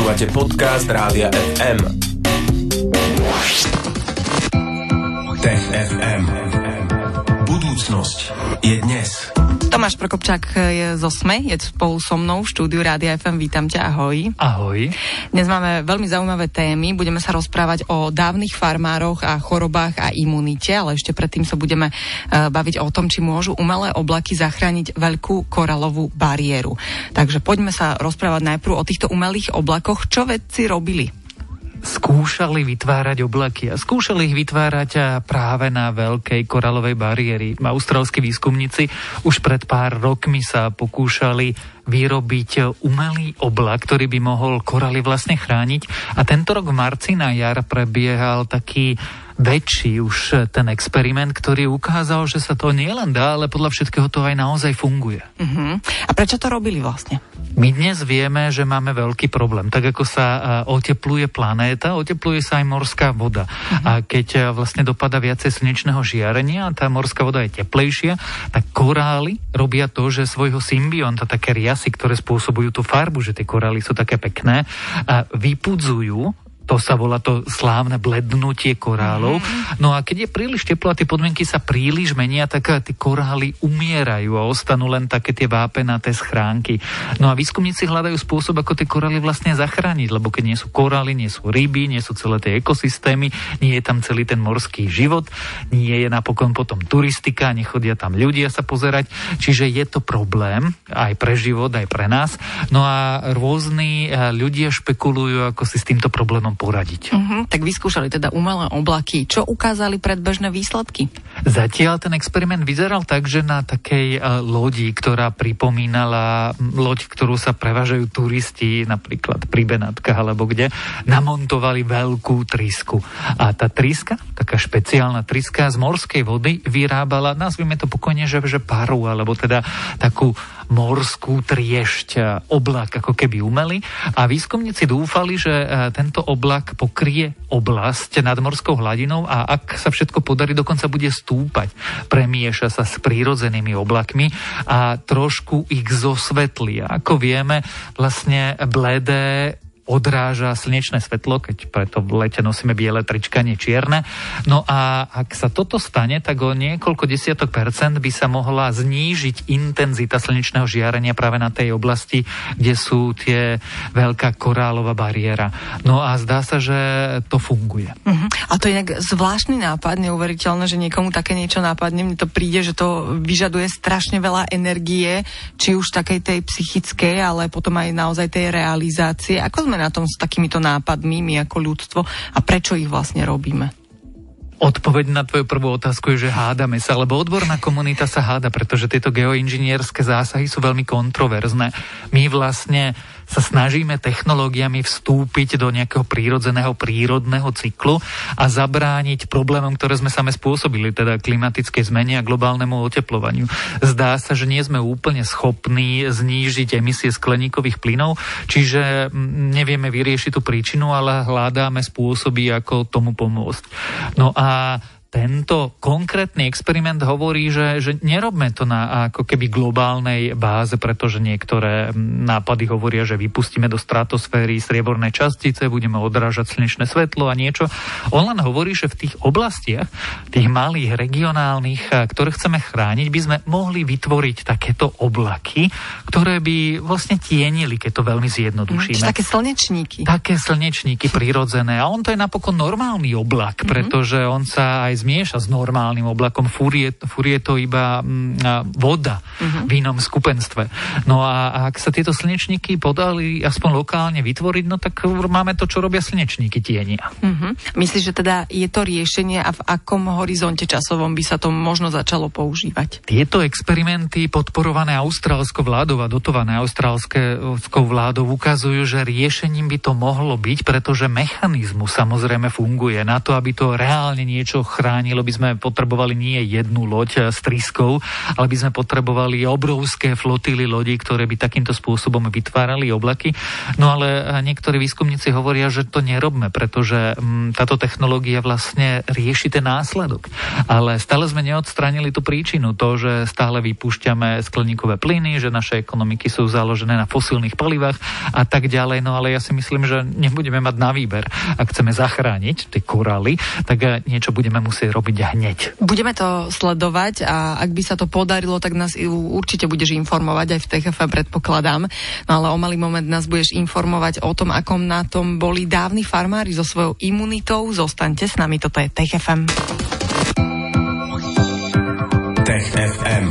Počúvate podcast Rádia FM. Tech FM. Budúcnosť je dnes. Tomáš Prokopčák je zo SME, je spolu so mnou v štúdiu Rádia FM. Vítam ťa, ahoj. Ahoj. Dnes máme veľmi zaujímavé témy. Budeme sa rozprávať o dávnych farmároch a chorobách a imunite, ale ešte predtým sa budeme baviť o tom, či môžu umelé oblaky zachrániť veľkú koralovú bariéru. Takže poďme sa rozprávať najprv o týchto umelých oblakoch. Čo vedci robili? Skúšali vytvárať oblaky a skúšali ich vytvárať práve na veľkej koralovej bariéry. Austrálski výskumníci už pred pár rokmi sa pokúšali vyrobiť umelý oblak, ktorý by mohol koraly vlastne chrániť. A tento rok v marci na jar prebiehal taký väčší už ten experiment, ktorý ukázal, že sa to nielen dá, ale podľa všetkého to aj naozaj funguje. A prečo to robili vlastne? My dnes vieme, že máme veľký problém. Tak ako sa otepluje planéta, otepluje sa aj morská voda. A keď vlastne dopada viacej slnečného žiarenia a tá morská voda je teplejšia, tak korály robia to, že svojho symbionta, také riasy, ktoré spôsobujú tú farbu, že tie korály sú také pekné, a vypudzujú. To sa volá to slávne blednutie korálov. No a keď je príliš teplo a tie podmienky sa príliš menia, tak tie korály umierajú a ostanú len také tie vápenaté schránky. No a výskumníci hľadajú spôsob, ako tie korály vlastne zachrániť, lebo keď nie sú korály, nie sú ryby, nie sú celé tie ekosystémy, nie je tam celý ten morský život, nie je napokon potom turistika, nechodia tam ľudia sa pozerať, čiže je to problém aj pre život, aj pre nás. No a rôzni ľudia špekulujú, ako si s týmto problémom poradiť. Tak vyskúšali teda umelé oblaky. Čo ukázali predbežné výsledky? Zatiaľ ten experiment vyzeral tak, že na takej lodi, ktorá pripomínala loď, ktorú sa prevážajú turisti, napríklad pri Benátkach alebo kde, namontovali veľkú trysku. A tá tryska, taká špeciálna tryska z morskej vody vyrábala, nazvime to pokojne, že paru, alebo teda takú morskú triešť, oblak ako keby umelý. A výskumníci dúfali, že tento oblak pokrie oblasť nad morskou hladinou a ak sa všetko podarí, dokonca bude stúpať. Premieša sa s prírodzenými oblakmi a trošku ich zosvetlí. Ako vieme, vlastne bledé odráža slnečné svetlo, keď preto v lete nosíme biele trička, nie čierne. No a ak sa toto stane, tak o niekoľko desiatok % by sa mohla znížiť intenzita slnečného žiarenia práve na tej oblasti, kde sú tie veľká korálová bariéra. No a zdá sa, že to funguje. A to je nejak zvláštny nápad, neuveriteľné, že niekomu také niečo nápadne. Mne to príde, že to vyžaduje strašne veľa energie, či už takej tej psychickej, ale potom aj naozaj tej realizácie. Ako sme na tom s takýmito nápadmi, my ako ľudstvo, a prečo ich vlastne robíme? Odpoveď na tvoju prvú otázku je, že hádame sa, lebo odborná komunita sa háda, pretože tieto geoinžinierské zásahy sú veľmi kontroverzné. My vlastne sa snažíme technológiami vstúpiť do nejakého prírodného cyklu a zabrániť problémom, ktoré sme same spôsobili, teda klimatickej zmene a globálnemu oteplovaniu. Zdá sa, že nie sme úplne schopní znížiť emisie skleníkových plynov, čiže nevieme vyriešiť tú príčinu, ale hľadáme spôsoby, ako tomu pomôcť. No a tento konkrétny experiment hovorí, že nerobme to na ako keby globálnej báze, pretože niektoré nápady hovoria, že vypustíme do stratosféry strieborné častice, budeme odrážať slnečné svetlo a niečo. On len hovorí, že v tých oblastiach, tých malých, regionálnych, ktoré chceme chrániť, by sme mohli vytvoriť takéto oblaky, ktoré by vlastne tienili, keď to veľmi zjednodušíme. Také slnečníky. Také slnečníky prirodzené. A on to je napokon normálny oblak, pretože on sa aj zmieša s normálnym oblakom. Fúr je to iba voda v inom skupenstve. No a ak sa tieto slnečníky podali aspoň lokálne vytvoriť, no tak máme to, čo robia slnečníky, tienia. Myslíš, že teda je to riešenie a v akom horizonte časovom by sa to možno začalo používať? Tieto experimenty podporované austrálskou vládou a dotované austrálskou vládou ukazujú, že riešením by to mohlo byť, pretože mechanizmus samozrejme funguje na to, aby to reálne niečo chránilo zachránilo, by sme potrebovali nie jednu loď s tryskou, ale by sme potrebovali obrovské flotily lodí, ktoré by takýmto spôsobom vytvárali oblaky. No ale niektorí výskumníci hovoria, že to nerobme, pretože táto technológia vlastne rieši ten následok. Ale stále sme neodstránili tú príčinu, to, že stále vypúšťame skleníkové plyny, že naše ekonomiky sú založené na fosílnych palivách a tak ďalej. No ale ja si myslím, že nebudeme mať na výber. Ak chceme zachrániť tie korály, tak niečo budeme musieť robiť hneď. Budeme to sledovať a ak by sa to podarilo, tak nás určite budeš informovať aj v TFM, predpokladám. No ale o malý moment nás budeš informovať o tom, akom na tom boli dávni farmári so svojou imunitou. Zostaňte s nami, toto je TFM. TFM.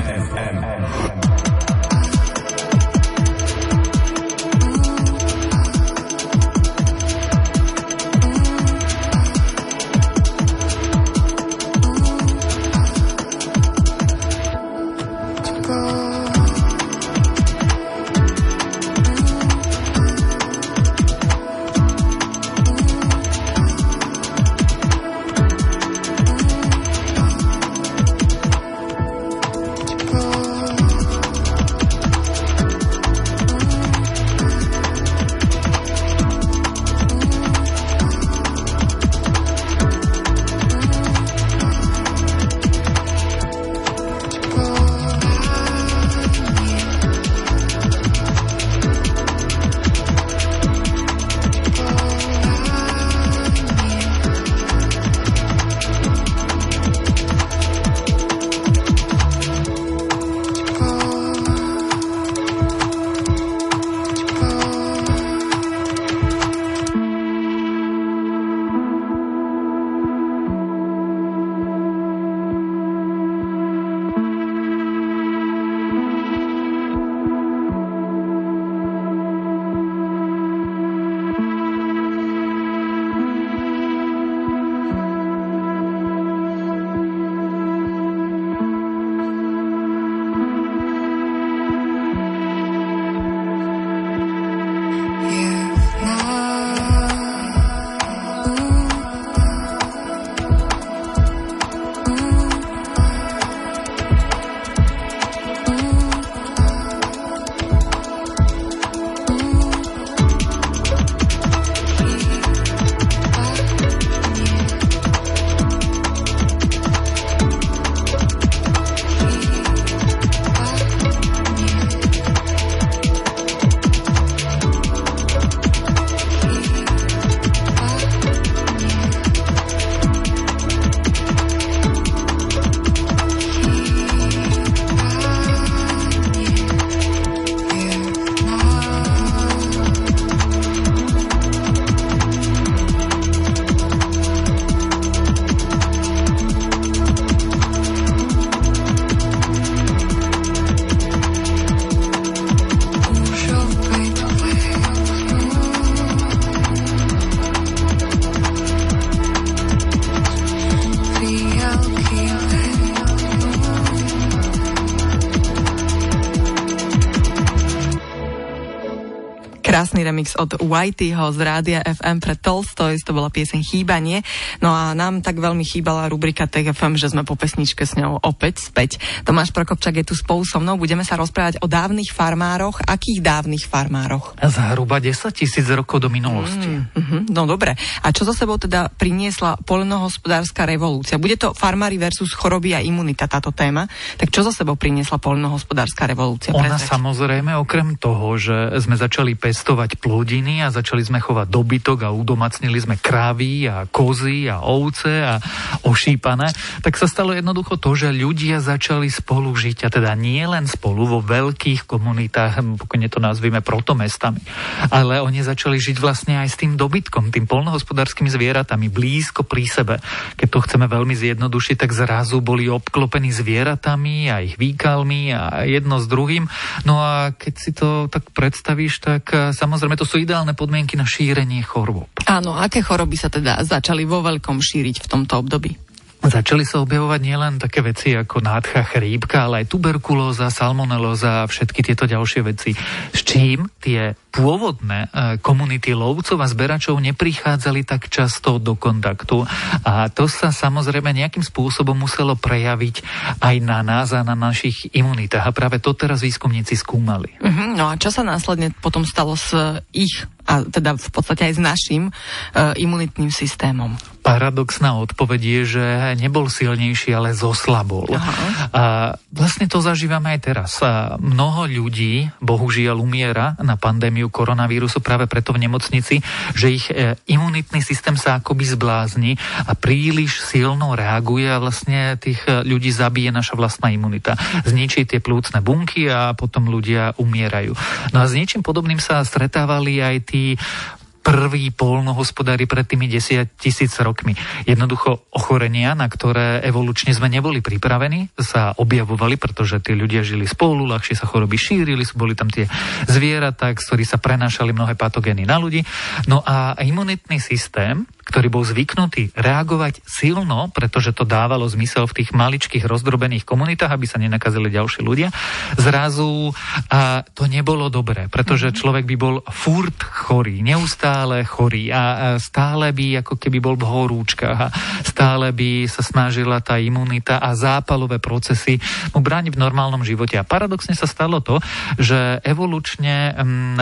Krásny remix od Whiteyho z Rádia FM pre Tolstoy, to bola pieseň Chýbanie. No a nám tak veľmi chýbala rubrika TFM, že sme po pesničke s ňou opäť späť. Tomáš Prokopčák je tu spolu so mnou, budeme sa rozprávať o dávnych farmároch. Akých dávnych farmároch? Zhruba 10 000 rokov do minulosti. No dobre. A čo za sebou teda priniesla poľnohospodárska revolúcia? Bude to farmári versus choroby a imunita táto téma. Tak čo za sebou priniesla poľnohospodárska revolúcia? Ona samozrejme, okrem toho, že sme začali pestovať plodiny a začali sme chovať dobytok a udomacnili sme krávy a kozy a ovce a ošípané, tak sa stalo jednoducho to, že ľudia začali spolu žiť, a teda nie len spolu vo veľkých komunitách, pokojne to nazvime protomestami, ale oni začali žiť vlastne aj s tým dobytkom, tým poľnohospodárskymi zvieratami blízko pri sebe. Keď to chceme veľmi zjednodušiť, tak zrazu boli obklopení zvieratami a ich výkalmi a jedno s druhým. No a keď si to tak predstavíš, tak samozrejme to sú ideálne podmienky na šírenie chorôb. Áno, aké choroby sa teda začali vo veľkom šíriť v tomto období? Začali sa objavovať nielen také veci ako nádcha, chrípka, ale aj tuberkulóza, salmonelóza a všetky tieto ďalšie veci. S čím tie pôvodné komunity lovcov a zberačov neprichádzali tak často do kontaktu. A to sa samozrejme nejakým spôsobom muselo prejaviť aj na nás a na našich imunitách. A práve to teraz výskumníci skúmali. No a čo sa následne potom stalo s ich, a teda v podstate aj s našim imunitným systémom? Paradoxná odpoveď je, že nebol silnejší, ale zoslabol. A vlastne to zažívame aj teraz. Mnoho ľudí, bohužiaľ, umiera na pandémiu koronavírusu práve preto v nemocnici, že ich imunitný systém sa akoby zblázni a príliš silno reaguje a vlastne tých ľudí zabije naša vlastná imunita. Zničí tie plúcne bunky a potom ľudia umierajú. No a s niečím podobným sa stretávali aj tí prví poľnohospodári pred tými 10 000 rokmi. Jednoducho ochorenia, na ktoré evolučne sme neboli pripravení, sa objavovali, pretože tí ľudia žili spolu, ľahšie sa choroby šírili, boli tam tie zvieratá, z ktorých sa prenášali mnohé patogény na ľudí. No a imunitný systém, ktorý bol zvyknutý reagovať silno, pretože to dávalo zmysel v tých maličkých rozdrobených komunitách, aby sa nenakazili ďalší ľudia, zrazu to nebolo dobré, pretože človek by bol furt chorý, neustále chorý a stále by ako keby bol v horúčkach a stále by sa snažila tá imunita a zápalové procesy mu brániť v normálnom živote. A paradoxne sa stalo to, že evolučne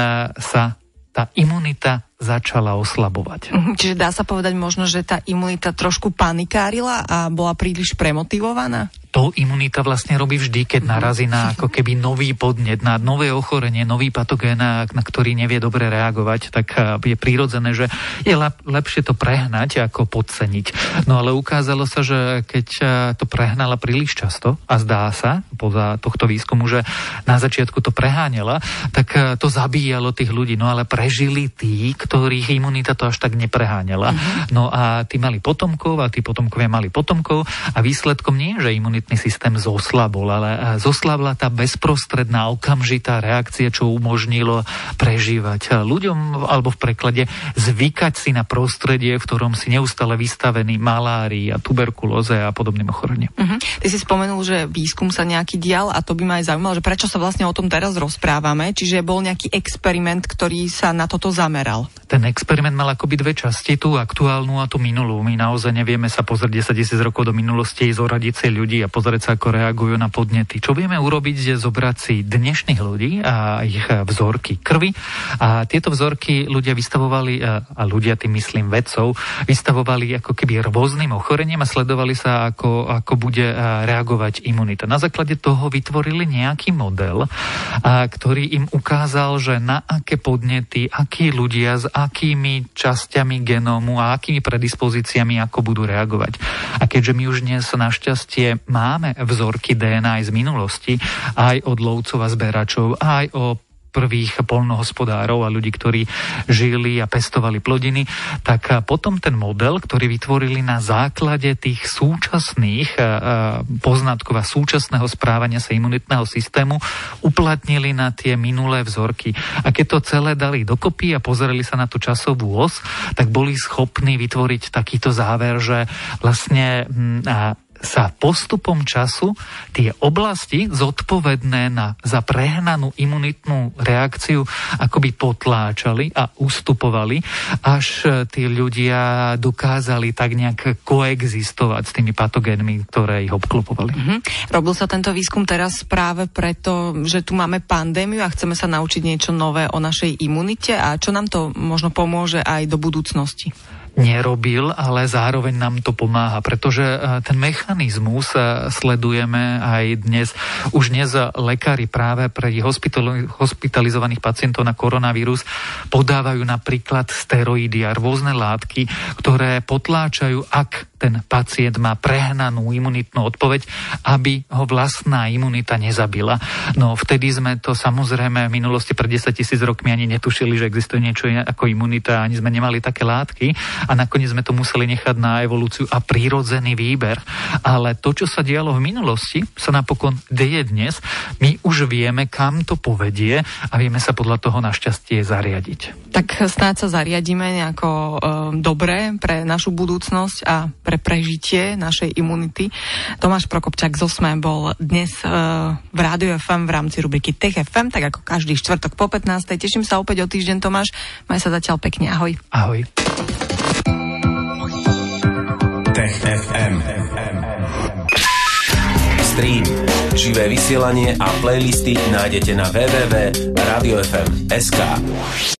sa tá imunita začala oslabovať. Čiže dá sa povedať možno, že tá imunita trošku panikárila a bola príliš premotivovaná? To imunita vlastne robí vždy, keď narazí na ako keby nový podnet, na nové ochorenie, nový patogén, na ktorý nevie dobre reagovať, tak je prirodzené, že je lepšie to prehnať, ako podceniť. No ale ukázalo sa, že keď to prehnala príliš často, a zdá sa, podľa tohto výskumu, že na začiatku to preháňala, tak to zabíjalo tých ľudí. No ale prežili tí, ktorých imunita to až tak nepreháňala. No a tí mali potomkov a tí potomkovia mali potomkov a výsledkom nie je, že imunitný systém zoslabol, ale zoslabla tá bezprostredná okamžitá reakcia, čo umožnilo prežívať ľuďom, alebo v preklade zvykať si na prostredie, v ktorom si neustále vystavený malárii a tuberkulóze a podobným ochoreniam. Ty si spomenul, že výskum sa nejaký dial a to by ma aj zaujímalo, že prečo sa vlastne o tom teraz rozprávame, čiže bol nejaký experiment, ktorý sa na toto zameral. Ten experiment mal akoby dve časti, tú aktuálnu a tú minulú. My naozaj nevieme sa pozrieť 10 000 rokov do minulosti, zoradiť si ľudí a pozrieť sa, ako reagujú na podnety. Čo vieme urobiť, je zobrať si dnešných ľudí a ich vzorky krvi. A tieto vzorky ľudia vystavovali, a ľudia, tým myslím vedcov, vystavovali ako keby rôznym ochoreniem a sledovali sa, ako bude reagovať imunita. Na základe toho vytvorili nejaký model, ktorý im ukázal, že na aké podnety, akí ľudia s akými časťami genómu a akými predispozíciami ako budú reagovať. A keďže my už dnes našťastie máme vzorky DNA aj z minulosti, aj od lovcov a zberačov, aj o prvých poľnohospodárov a ľudí, ktorí žili a pestovali plodiny, tak potom ten model, ktorý vytvorili na základe tých súčasných poznatkov a súčasného správania sa imunitného systému, uplatnili na tie minulé vzorky. A keď to celé dali dokopy a pozreli sa na tú časovú os, tak boli schopní vytvoriť takýto záver, že vlastne sa postupom času tie oblasti zodpovedné za prehnanú imunitnú reakciu akoby potláčali a ustupovali, až tí ľudia dokázali tak nejak koexistovať s tými patogénmi, ktoré ich obklopovali. Robil sa tento výskum teraz práve preto, že tu máme pandémiu a chceme sa naučiť niečo nové o našej imunite a čo nám to možno pomôže aj do budúcnosti? Nerobil, ale zároveň nám to pomáha, pretože ten mechanizmus sledujeme aj dnes. Už dnes lekári práve pre hospitalizovaných pacientov na koronavírus podávajú napríklad steroidy a rôzne látky, ktoré potláčajú, ak ten pacient má prehnanú imunitnú odpoveď, aby ho vlastná imunita nezabila. No vtedy sme to samozrejme v minulosti pred 10 000 rokmi ani netušili, že existuje niečo ako imunita, ani sme nemali také látky a nakoniec sme to museli nechať na evolúciu a prírodzený výber. Ale to, čo sa dialo v minulosti, sa napokon deje dnes. My už vieme, kam to povedie a vieme sa podľa toho našťastie zariadiť. Tak snáď sa zariadíme nejako dobre pre našu budúcnosť a pre pre prežitie našej imunity. Tomáš Prokopčák z OSME bol dnes v Rádiu FM v rámci rubriky Tech FM, tak ako každý štvrtok po 15. Teším sa opäť o týždeň, Tomáš. Maj sa zatiaľ pekne. Ahoj. Ahoj. Tech FM. Stream, živé vysielanie a playlisty nájdete na www.radiofm.sk.